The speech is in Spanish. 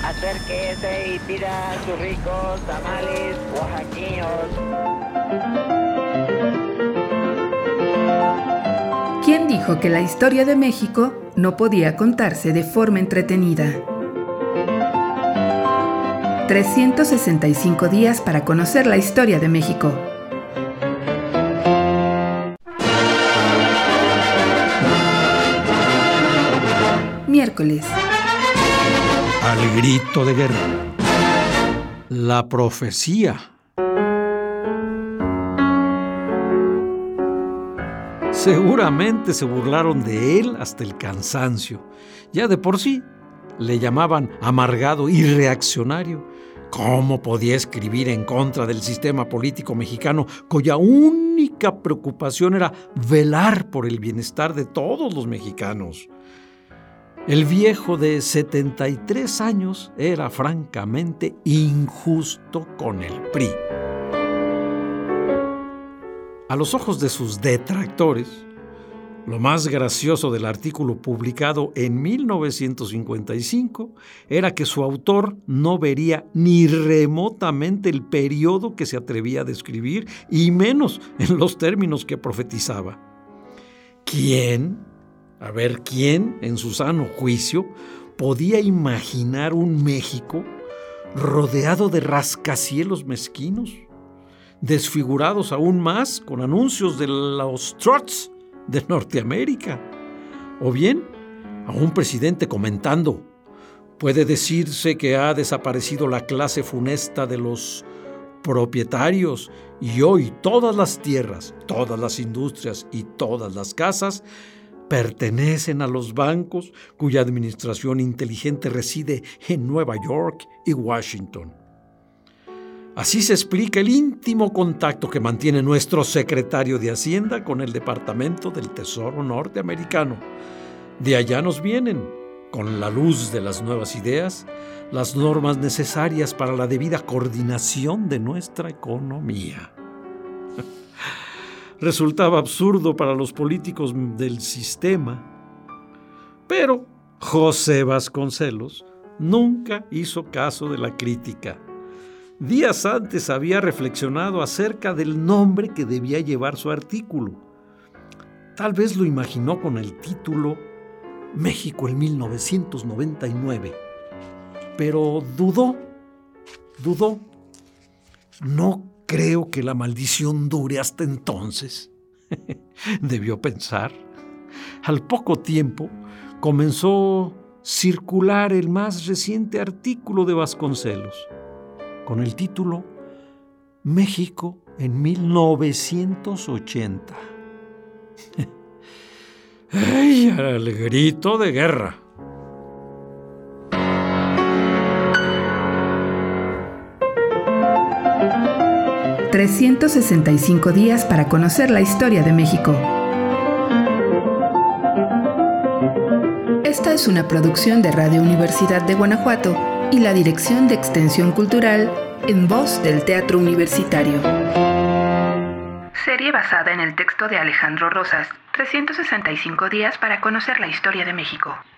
Acérquese y pida sus ricos tamales oaxaqueños. ¿Quién dijo que la historia de México no podía contarse de forma entretenida? 365 días para conocer la historia de México. Miércoles. Al grito de guerra. La profecía. Seguramente se burlaron de él hasta el cansancio. Ya de por sí le llamaban amargado y reaccionario. ¿Cómo podía escribir en contra del sistema político mexicano, cuya única preocupación era velar por el bienestar de todos los mexicanos? El viejo de 73 años era francamente injusto con el PRI. A los ojos de sus detractores, lo más gracioso del artículo publicado en 1955 era que su autor no vería ni remotamente el periodo que se atrevía a describir, y menos en los términos que profetizaba. ¿Quién en su sano juicio podía imaginar un México rodeado de rascacielos mezquinos, desfigurados aún más con anuncios de los trots de Norteamérica? O bien, a un presidente comentando: puede decirse que ha desaparecido la clase funesta de los propietarios y hoy todas las tierras, todas las industrias y todas las casas pertenecen a los bancos cuya administración inteligente reside en Nueva York y Washington. Así se explica el íntimo contacto que mantiene nuestro secretario de Hacienda con el Departamento del Tesoro norteamericano. De allá nos vienen, con la luz de las nuevas ideas, las normas necesarias para la debida coordinación de nuestra economía. Resultaba absurdo para los políticos del sistema, pero José Vasconcelos nunca hizo caso de la crítica. Días antes había reflexionado acerca del nombre que debía llevar su artículo. Tal vez lo imaginó con el título México en 1999, pero dudó. No creo que la maldición dure hasta entonces, debió pensar. Al poco tiempo comenzó a circular el más reciente artículo de Vasconcelos, con el título México en 1980. ¡Ay, al grito de guerra! ...365 días para conocer la historia de México. Esta es una producción de Radio Universidad de Guanajuato y la Dirección de Extensión Cultural en voz del Teatro Universitario. Serie basada en el texto de Alejandro Rosas, 365 días para conocer la historia de México.